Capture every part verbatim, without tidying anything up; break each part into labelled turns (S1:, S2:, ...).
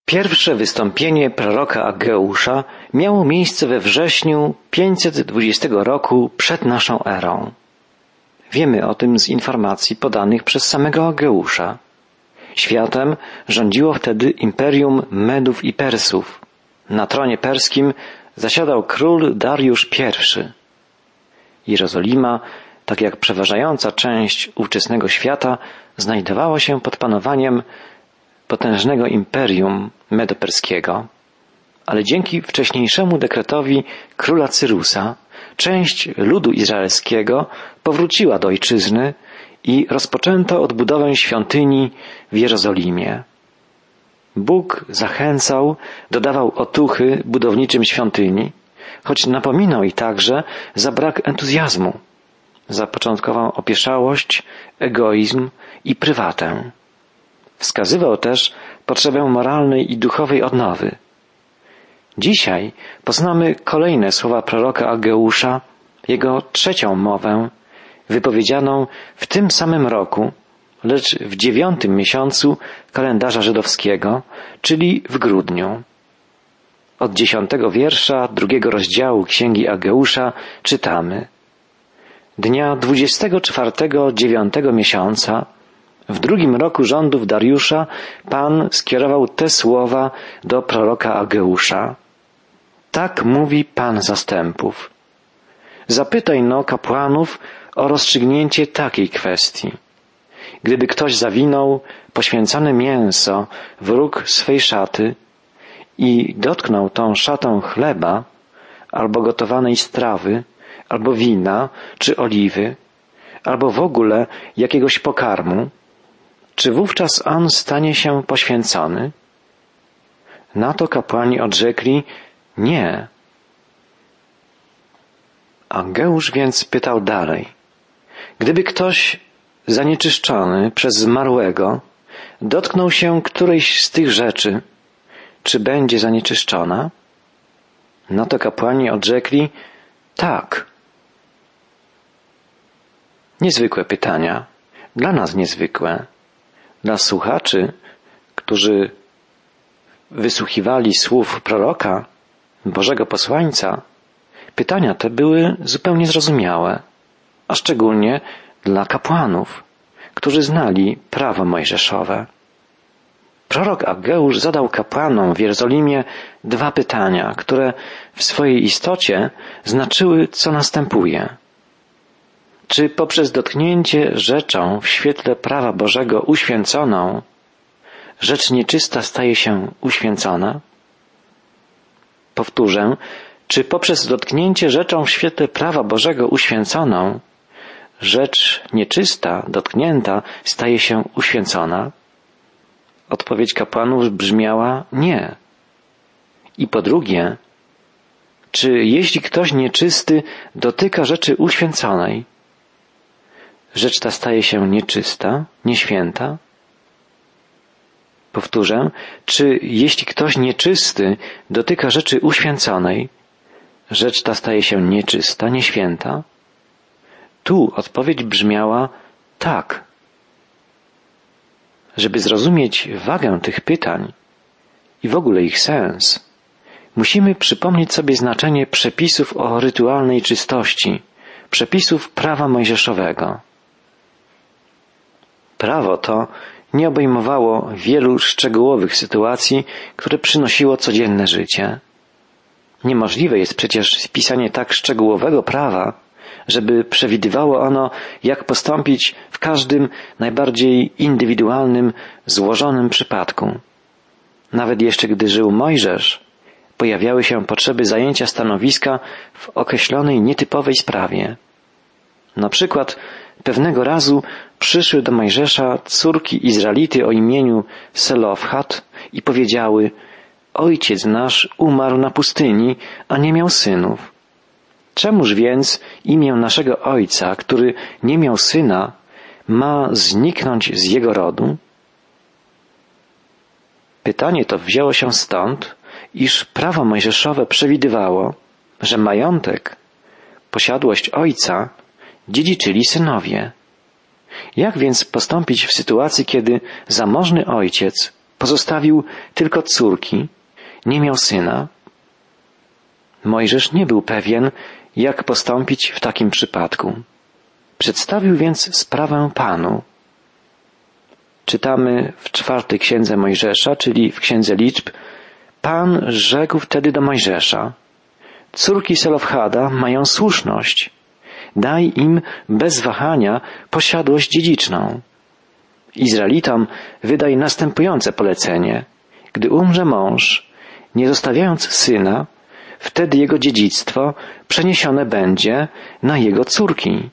S1: Pierwsze wystąpienie proroka Ageusza miało miejsce we wrześniu pięćset dwudziestego roku przed naszą erą. Wiemy o tym z informacji podanych przez samego Ageusza. Światem rządziło wtedy imperium Medów i Persów. Na tronie perskim zasiadał król Dariusz pierwszy. Jerozolima, tak jak przeważająca część ówczesnego świata, znajdowała się pod panowaniem potężnego imperium medoperskiego, ale dzięki wcześniejszemu dekretowi króla Cyrusa część ludu izraelskiego powróciła do ojczyzny i rozpoczęto odbudowę świątyni w Jerozolimie. Bóg zachęcał, dodawał otuchy budowniczym świątyni, choć napominał i także za brak entuzjazmu. Zapoczątkował opieszałość, egoizm i prywatę. Wskazywał też potrzebę moralnej i duchowej odnowy. Dzisiaj poznamy kolejne słowa proroka Ageusza, jego trzecią mowę, wypowiedzianą w tym samym roku, lecz w dziewiątym miesiącu kalendarza żydowskiego, czyli w grudniu. Od dziesiątego wiersza drugiego rozdziału Księgi Ageusza czytamy: Dnia dwudziestego czwartego dziewiątego miesiąca, w drugim roku rządów Dariusza, Pan skierował te słowa do proroka Ageusza. Tak mówi Pan zastępów. Zapytaj no kapłanów o rozstrzygnięcie takiej kwestii. Gdyby ktoś zawinął poświęcone mięso w róg swej szaty i dotknął tą szatą chleba, albo gotowanej strawy, albo wina, czy oliwy, albo w ogóle jakiegoś pokarmu, czy wówczas on stanie się poświęcony? Na to kapłani odrzekli: nie. Ageusz więc pytał dalej: gdyby ktoś zanieczyszczony przez zmarłego dotknął się którejś z tych rzeczy, czy będzie zanieczyszczona? Na to kapłani odrzekli: tak. Niezwykłe pytania, dla nas niezwykłe. Dla słuchaczy, którzy wysłuchiwali słów proroka, Bożego posłańca, pytania te były zupełnie zrozumiałe, a szczególnie dla kapłanów, którzy znali prawo mojżeszowe. Prorok Ageusz zadał kapłanom w Jerozolimie dwa pytania, które w swojej istocie znaczyły, co następuje. Czy poprzez dotknięcie rzeczą w świetle prawa Bożego uświęconą, rzecz nieczysta staje się uświęcona? Powtórzę, czy poprzez dotknięcie rzeczą w świetle prawa Bożego uświęconą, rzecz nieczysta, dotknięta, staje się uświęcona? Odpowiedź kapłanów brzmiała: nie. I po drugie, czy jeśli ktoś nieczysty dotyka rzeczy uświęconej, rzecz ta staje się nieczysta, nieświęta? Powtórzę, czy jeśli ktoś nieczysty dotyka rzeczy uświęconej, rzecz ta staje się nieczysta, nieświęta? Tu odpowiedź brzmiała: tak. Żeby zrozumieć wagę tych pytań i w ogóle ich sens, musimy przypomnieć sobie znaczenie przepisów o rytualnej czystości, przepisów prawa mojżeszowego. Prawo to nie obejmowało wielu szczegółowych sytuacji, które przynosiło codzienne życie. Niemożliwe jest przecież spisanie tak szczegółowego prawa, żeby przewidywało ono, jak postąpić w każdym najbardziej indywidualnym, złożonym przypadku. Nawet jeszcze gdy żył Mojżesz, pojawiały się potrzeby zajęcia stanowiska w określonej nietypowej sprawie. Na przykład pewnego razu przyszły do Mojżesza córki Izraelity o imieniu Selofhat i powiedziały: ojciec nasz umarł na pustyni, a nie miał synów. Czemuż więc imię naszego ojca, który nie miał syna, ma zniknąć z jego rodu? Pytanie to wzięło się stąd, iż prawo mojżeszowe przewidywało, że majątek, posiadłość ojca dziedziczyli synowie. Jak więc postąpić w sytuacji, kiedy zamożny ojciec Pozostawił tylko córki, nie miał syna. Mojżesz nie był pewien, jak postąpić w takim przypadku. Przedstawił więc sprawę Panu. Czytamy w czwartej księdze Mojżesza, czyli w księdze Liczb: Pan rzekł wtedy do Mojżesza: córki Selofhada mają słuszność. Daj im bez wahania posiadłość dziedziczną. Izraelitom wydaj następujące polecenie. Gdy umrze mąż, nie zostawiając syna, wtedy jego dziedzictwo przeniesione będzie na jego córki.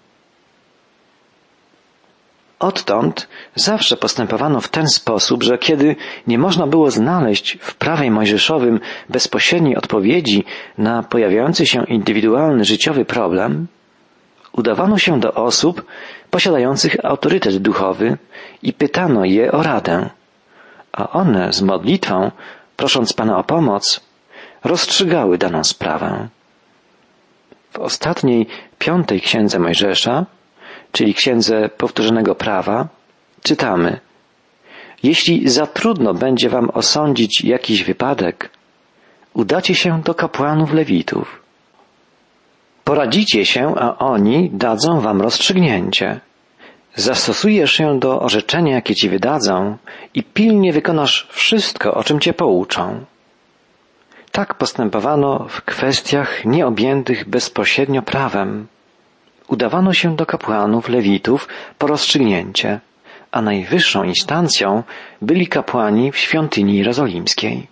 S1: Odtąd zawsze postępowano w ten sposób, że kiedy nie można było znaleźć w prawie mojżeszowym bezpośredniej odpowiedzi na pojawiający się indywidualny życiowy problem, udawano się do osób posiadających autorytet duchowy i pytano je o radę, a one z modlitwą, prosząc Pana o pomoc, rozstrzygały daną sprawę. W ostatniej, piątej księdze Mojżesza, czyli księdze powtórzonego prawa, czytamy: jeśli za trudno będzie wam osądzić jakiś wypadek, udacie się do kapłanów lewitów. Poradzicie się, a oni dadzą wam rozstrzygnięcie. Zastosujesz się do orzeczenia, jakie ci wydadzą, i pilnie wykonasz wszystko, o czym cię pouczą. Tak postępowano w kwestiach nieobjętych bezpośrednio prawem. Udawano się do kapłanów lewitów po rozstrzygnięcie, a najwyższą instancją byli kapłani w świątyni jerozolimskiej.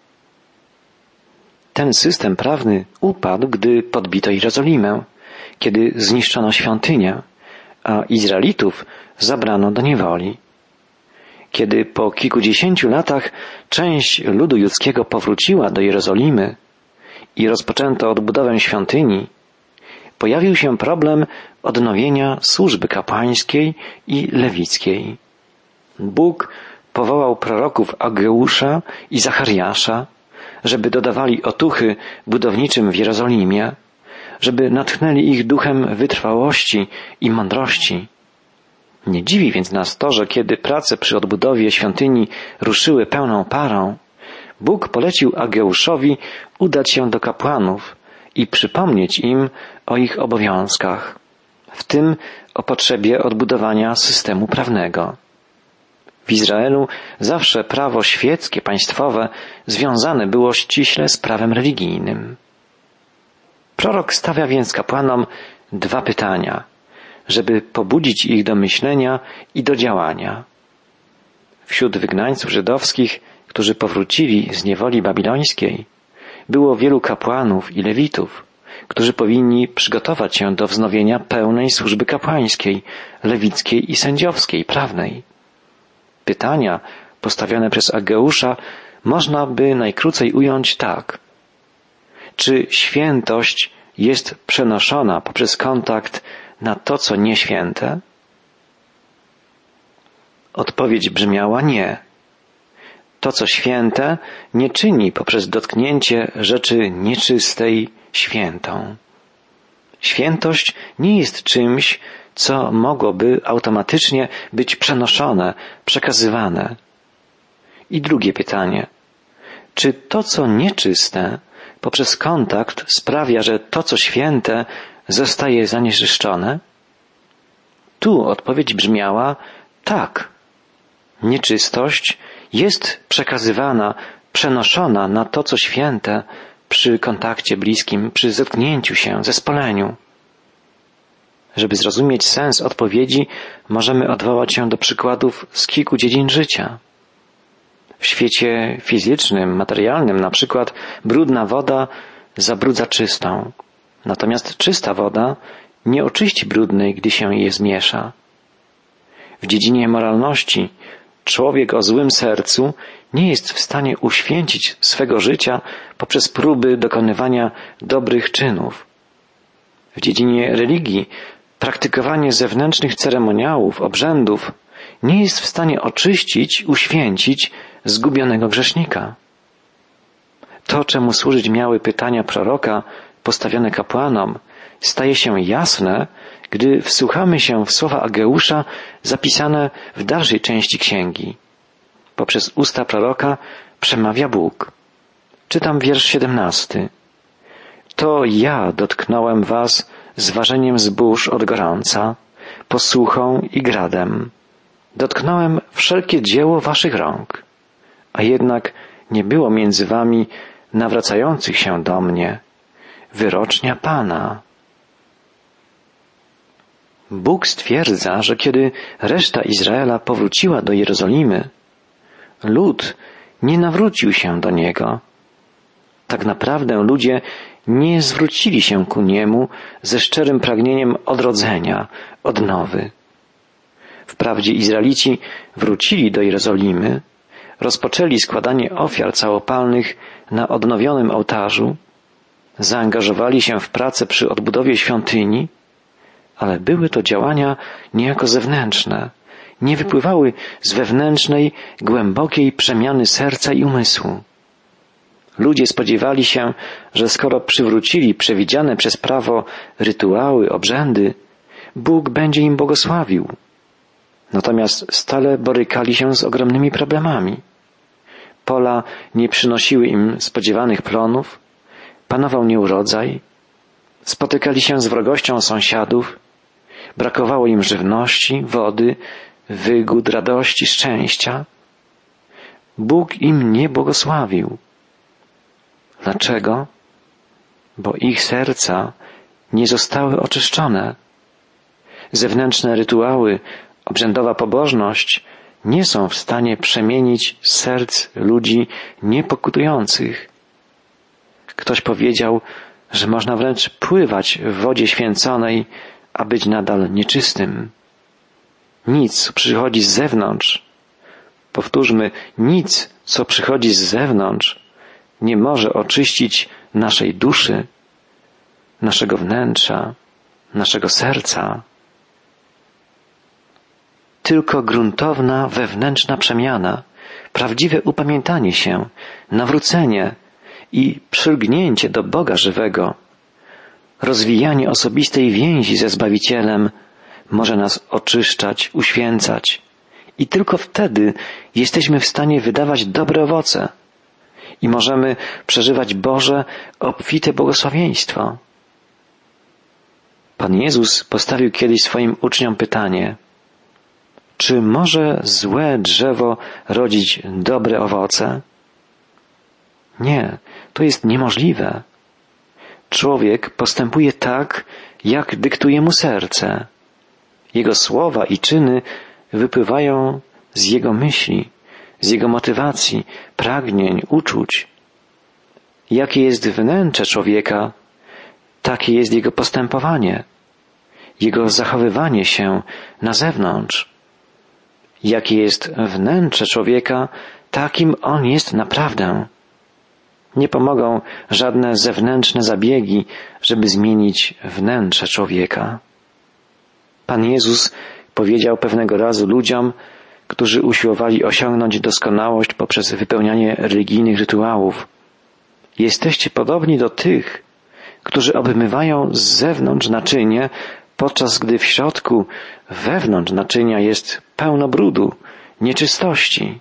S1: Ten system prawny upadł, gdy podbito Jerozolimę, kiedy zniszczono świątynię, a Izraelitów zabrano do niewoli. Kiedy po kilkudziesięciu latach część ludu judzkiego powróciła do Jerozolimy i rozpoczęto odbudowę świątyni, pojawił się problem odnowienia służby kapłańskiej i lewickiej. Bóg powołał proroków Ageusza i Zachariasza, żeby dodawali otuchy budowniczym w Jerozolimie, żeby natchnęli ich duchem wytrwałości i mądrości. Nie dziwi więc nas to, że kiedy prace przy odbudowie świątyni ruszyły pełną parą, Bóg polecił Ageuszowi udać się do kapłanów i przypomnieć im o ich obowiązkach, w tym o potrzebie odbudowania systemu prawnego. W Izraelu zawsze prawo świeckie, państwowe związane było ściśle z prawem religijnym. Prorok stawia więc kapłanom dwa pytania, żeby pobudzić ich do myślenia i do działania. Wśród wygnańców żydowskich, którzy powrócili z niewoli babilońskiej, było wielu kapłanów i lewitów, którzy powinni przygotować się do wznowienia pełnej służby kapłańskiej, lewickiej i sędziowskiej, prawnej. Pytania postawione przez Ageusza można by najkrócej ująć tak. Czy świętość jest przenoszona poprzez kontakt na to, co nieświęte? Odpowiedź brzmiała nie. To, co święte, nie czyni poprzez dotknięcie rzeczy nieczystej świętą. Świętość nie jest czymś, co mogłoby automatycznie być przenoszone, przekazywane. I drugie pytanie. Czy to, co nieczyste, poprzez kontakt sprawia, że to, co święte, zostaje zanieczyszczone? Tu odpowiedź brzmiała tak. Nieczystość jest przekazywana, przenoszona na to, co święte, przy kontakcie bliskim, przy zetknięciu się, zespoleniu. Żeby zrozumieć sens odpowiedzi, możemy odwołać się do przykładów z kilku dziedzin życia. W świecie fizycznym, materialnym na przykład brudna woda zabrudza czystą, natomiast czysta woda nie oczyści brudnej, gdy się je zmiesza. W dziedzinie moralności człowiek o złym sercu nie jest w stanie uświęcić swego życia poprzez próby dokonywania dobrych czynów. W dziedzinie religii praktykowanie zewnętrznych ceremoniałów, obrzędów nie jest w stanie oczyścić, uświęcić zgubionego grzesznika. To, czemu służyć miały pytania proroka postawione kapłanom, staje się jasne, gdy wsłuchamy się w słowa Ageusza zapisane w dalszej części księgi. poprzez usta proroka przemawia Bóg. Czytam wiersz siedemnasty. To ja dotknąłem was zważeniem zbóż od gorąca, posłuchą i gradem. Dotknąłem wszelkie dzieło waszych rąk, a jednak nie było między wami nawracających się do mnie. Wyrocznia Pana. Bóg stwierdza, że kiedy reszta Izraela powróciła do Jerozolimy, lud nie nawrócił się do Niego. Tak naprawdę ludzie nie zwrócili się ku Niemu ze szczerym pragnieniem odrodzenia, odnowy. Wprawdzie Izraelici wrócili do Jerozolimy, rozpoczęli składanie ofiar całopalnych na odnowionym ołtarzu, zaangażowali się w pracę przy odbudowie świątyni, ale były to działania niejako zewnętrzne, nie wypływały z wewnętrznej, głębokiej przemiany serca i umysłu. Ludzie spodziewali się, że skoro przywrócili przewidziane przez prawo rytuały, obrzędy, Bóg będzie im błogosławił. Natomiast stale borykali się z ogromnymi problemami. Pola nie przynosiły im spodziewanych plonów, panował nieurodzaj, spotykali się z wrogością sąsiadów, brakowało im żywności, wody, wygód, radości, szczęścia. Bóg im nie błogosławił. Dlaczego? Bo ich serca nie zostały oczyszczone. Zewnętrzne rytuały, obrzędowa pobożność nie są w stanie przemienić serc ludzi niepokutujących. Ktoś powiedział, że można wręcz pływać w wodzie święconej, a być nadal nieczystym. Nic, co przychodzi z zewnątrz, powtórzmy, nic, co przychodzi z zewnątrz, nie może oczyścić naszej duszy, naszego wnętrza, naszego serca. Tylko gruntowna, wewnętrzna przemiana, prawdziwe upamiętanie się, nawrócenie i przylgnięcie do Boga żywego, rozwijanie osobistej więzi ze Zbawicielem może nas oczyszczać, uświęcać i tylko wtedy jesteśmy w stanie wydawać dobre owoce i możemy przeżywać Boże, obfite błogosławieństwo. Pan Jezus postawił kiedyś swoim uczniom pytanie: czy może złe drzewo rodzić dobre owoce? Nie, to jest niemożliwe. Człowiek postępuje tak, jak dyktuje mu serce. Jego słowa i czyny wypływają z jego myśli, z jego motywacji, pragnień, uczuć. Jakie jest wnętrze człowieka, takie jest jego postępowanie, jego zachowywanie się na zewnątrz. Jakie jest wnętrze człowieka, takim on jest naprawdę. Nie pomogą żadne zewnętrzne zabiegi, żeby zmienić wnętrze człowieka. Pan Jezus powiedział pewnego razu ludziom, którzy usiłowali osiągnąć doskonałość poprzez wypełnianie religijnych rytuałów: jesteście podobni do tych, którzy obmywają z zewnątrz naczynie, podczas gdy w środku, wewnątrz naczynia jest pełno brudu, nieczystości.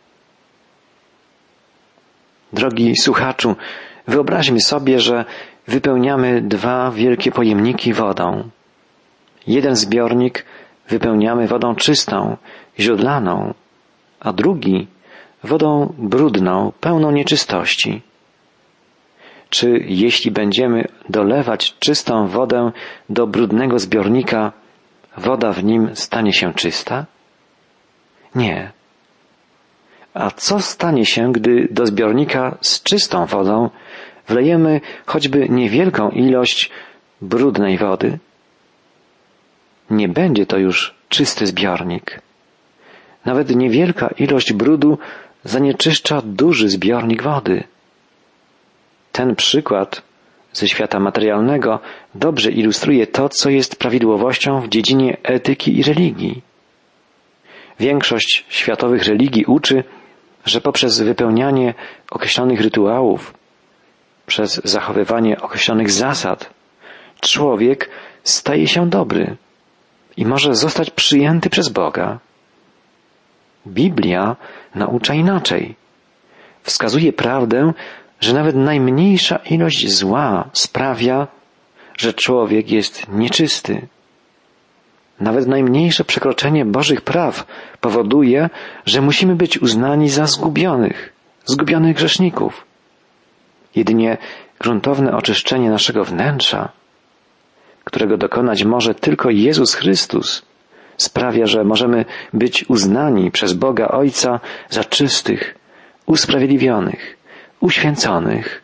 S1: Drogi słuchaczu, wyobraźmy sobie, że wypełniamy dwa wielkie pojemniki wodą. Jeden zbiornik wypełniamy wodą czystą, źródlaną, a drugi wodą brudną, pełną nieczystości. Czy jeśli będziemy dolewać czystą wodę do brudnego zbiornika, woda w nim stanie się czysta? Nie. A co stanie się, gdy do zbiornika z czystą wodą wlejemy choćby niewielką ilość brudnej wody? Nie będzie to już czysty zbiornik. Nawet niewielka ilość brudu zanieczyszcza duży zbiornik wody. Ten przykład ze świata materialnego dobrze ilustruje to, co jest prawidłowością w dziedzinie etyki i religii. Większość światowych religii uczy, że poprzez wypełnianie określonych rytuałów, przez zachowywanie określonych zasad, człowiek staje się dobry i może zostać przyjęty przez Boga. Biblia naucza inaczej. Wskazuje prawdę, że nawet najmniejsza ilość zła sprawia, że człowiek jest nieczysty. Nawet najmniejsze przekroczenie Bożych praw powoduje, że musimy być uznani za zgubionych, zgubionych grzeszników. Jedynie gruntowne oczyszczenie naszego wnętrza, którego dokonać może tylko Jezus Chrystus, sprawia, że możemy być uznani przez Boga Ojca za czystych, usprawiedliwionych, uświęconych.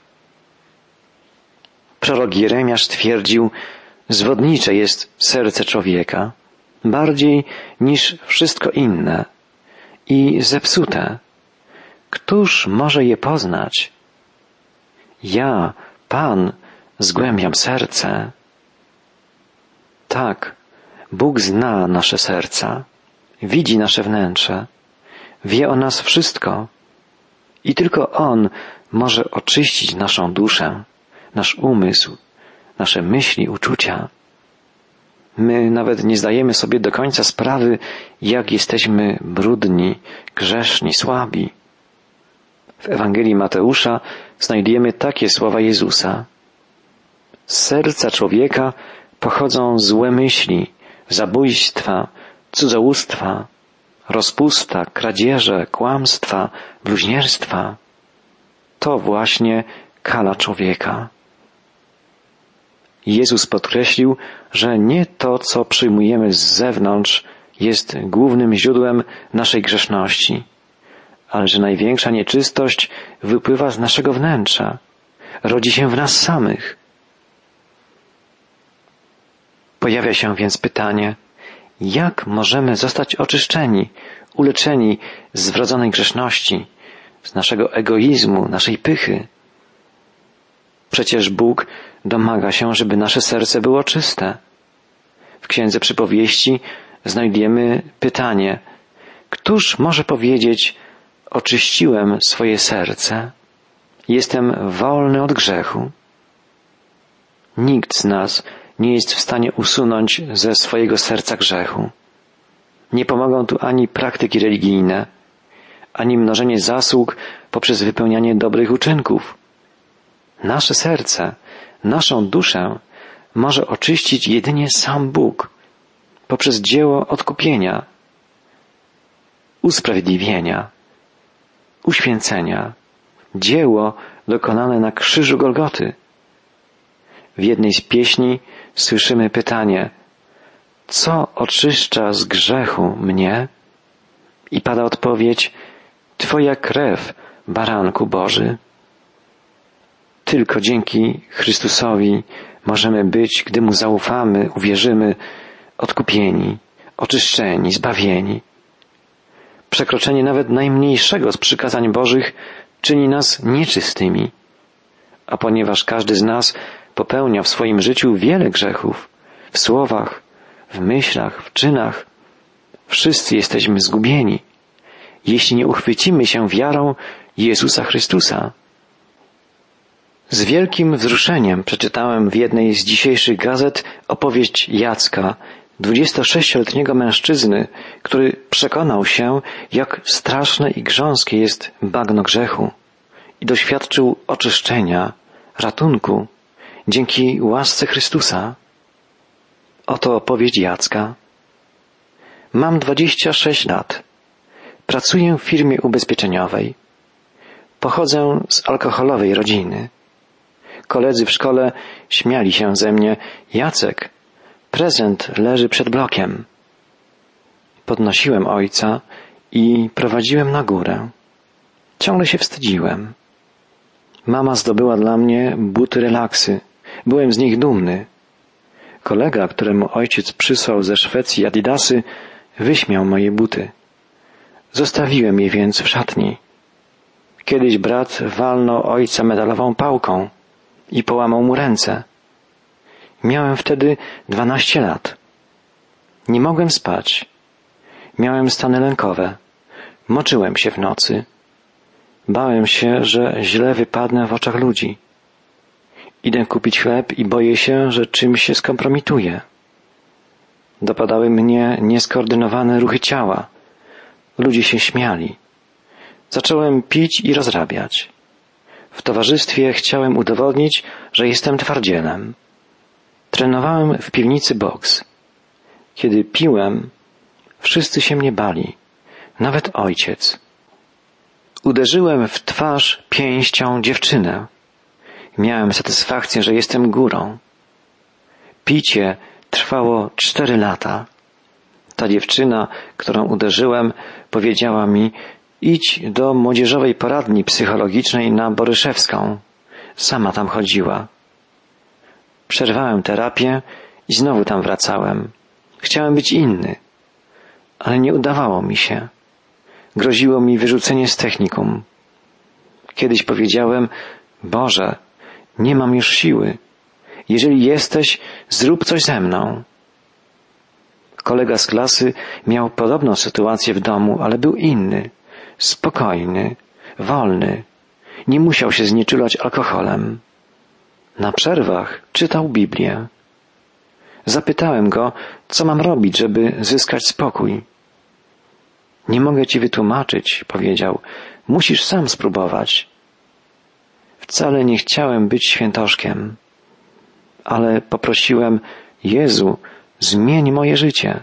S1: Prorok Jeremiasz twierdził, zwodnicze jest serce człowieka, bardziej niż wszystko inne i zepsute. Któż może je poznać? Ja, Pan, zgłębiam serce. Tak, Bóg zna nasze serca, widzi nasze wnętrze, wie o nas wszystko i tylko On może oczyścić naszą duszę, nasz umysł, nasze myśli, uczucia. My nawet nie zdajemy sobie do końca sprawy, jak jesteśmy brudni, grzeszni, słabi. W Ewangelii Mateusza znajdujemy takie słowa Jezusa. Z serca człowieka pochodzą złe myśli, zabójstwa, cudzołóstwa, rozpusta, kradzieże, kłamstwa, bluźnierstwa. To właśnie kala człowieka. Jezus podkreślił, że nie to, co przyjmujemy z zewnątrz, jest głównym źródłem naszej grzeszności, ale że największa nieczystość wypływa z naszego wnętrza, rodzi się w nas samych. Pojawia się więc pytanie, jak możemy zostać oczyszczeni, uleczeni z wrodzonej grzeszności, z naszego egoizmu, naszej pychy? Przecież Bóg domaga się, żeby nasze serce było czyste. W Księdze Przypowieści znajdujemy pytanie, któż może powiedzieć, oczyściłem swoje serce, jestem wolny od grzechu? Nikt z nas nie jest w stanie usunąć ze swojego serca grzechu. Nie pomogą tu ani praktyki religijne, ani mnożenie zasług poprzez wypełnianie dobrych uczynków. Nasze serce, naszą duszę może oczyścić jedynie sam Bóg poprzez dzieło odkupienia, usprawiedliwienia, uświęcenia, dzieło dokonane na krzyżu Golgoty. W jednej z pieśni słyszymy pytanie, co oczyszcza z grzechu mnie? I pada odpowiedź, Twoja krew, baranku Boży. Tylko dzięki Chrystusowi możemy być, gdy Mu zaufamy, uwierzymy, odkupieni, oczyszczeni, zbawieni. Przekroczenie nawet najmniejszego z przykazań Bożych czyni nas nieczystymi. A ponieważ każdy z nas popełnia w swoim życiu wiele grzechów, w słowach, w myślach, w czynach, wszyscy jesteśmy zgubieni, jeśli nie uchwycimy się wiarą Jezusa Chrystusa. Z wielkim wzruszeniem przeczytałem w jednej z dzisiejszych gazet opowieść Jacka, dwudziestosześcioletniego mężczyzny, który przekonał się, jak straszne i grząskie jest bagno grzechu i doświadczył oczyszczenia, ratunku dzięki łasce Chrystusa. Oto opowieść Jacka. Mam dwadzieścia sześć lat. Pracuję w firmie ubezpieczeniowej. Pochodzę z alkoholowej rodziny. Koledzy w szkole śmiali się ze mnie. Jacek, prezent leży przed blokiem. Podnosiłem ojca i prowadziłem na górę. Ciągle się wstydziłem. Mama zdobyła dla mnie buty relaksy. Byłem z nich dumny. Kolega, któremu ojciec przysłał ze Szwecji adidasy, wyśmiał moje buty. Zostawiłem je więc w szatni. Kiedyś brat walnął ojca metalową pałką i połamał mu ręce. Miałem wtedy dwanaście lat. Nie mogłem spać. Miałem stany lękowe. Moczyłem się w nocy. Bałem się, że źle wypadnę w oczach ludzi. Idę kupić chleb i boję się, że czymś się skompromituję. Dopadały mnie nieskoordynowane ruchy ciała. Ludzie się śmiali. Zacząłem pić i rozrabiać. W towarzystwie chciałem udowodnić, że jestem twardzielem. Trenowałem w piwnicy boks. Kiedy piłem, wszyscy się mnie bali, nawet ojciec. Uderzyłem w twarz pięścią dziewczynę. Miałem satysfakcję, że jestem górą. Picie trwało cztery lata. Ta dziewczyna, którą uderzyłem, powiedziała mi: idź do młodzieżowej poradni psychologicznej na Boryszewską. Sama tam chodziła. Przerwałem terapię i znowu tam wracałem. Chciałem być inny, ale nie udawało mi się. Groziło mi wyrzucenie z technikum. Kiedyś powiedziałem: Boże, nie mam już siły. Jeżeli jesteś, zrób coś ze mną. Kolega z klasy miał podobną sytuację w domu, ale był inny, spokojny, wolny. Nie musiał się znieczulać alkoholem. Na przerwach czytał Biblię. Zapytałem go, co mam robić, żeby zyskać spokój. Nie mogę ci wytłumaczyć, powiedział. Musisz sam spróbować. Wcale nie chciałem być świętoszkiem, ale poprosiłem: Jezu, zmień moje życie.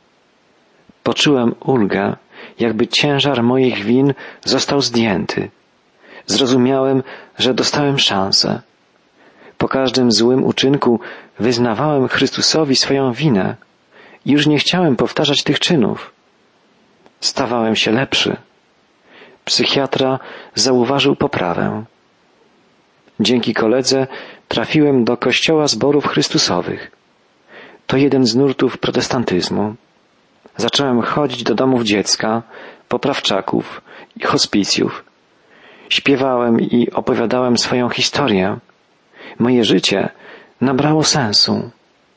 S1: Poczułem ulgę, jakby ciężar moich win został zdjęty. Zrozumiałem, że dostałem szansę. Po każdym złym uczynku wyznawałem Chrystusowi swoją winę. Już nie chciałem powtarzać tych czynów. Stawałem się lepszy. Psychiatra zauważył poprawę. Dzięki koledze trafiłem do Kościoła Zborów Chrystusowych. To jeden z nurtów protestantyzmu. Zacząłem chodzić do domów dziecka, poprawczaków i hospicjów. Śpiewałem i opowiadałem swoją historię. Moje życie nabrało sensu.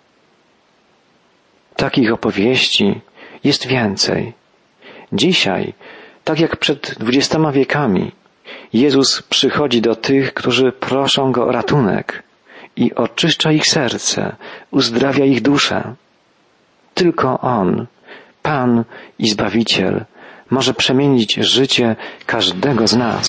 S1: Takich opowieści jest więcej. Dzisiaj, tak jak przed dwudziestoma wiekami, Jezus przychodzi do tych, którzy proszą Go o ratunek i oczyszcza ich serce, uzdrawia ich duszę. Tylko On, Pan i Zbawiciel, może przemienić życie każdego z nas.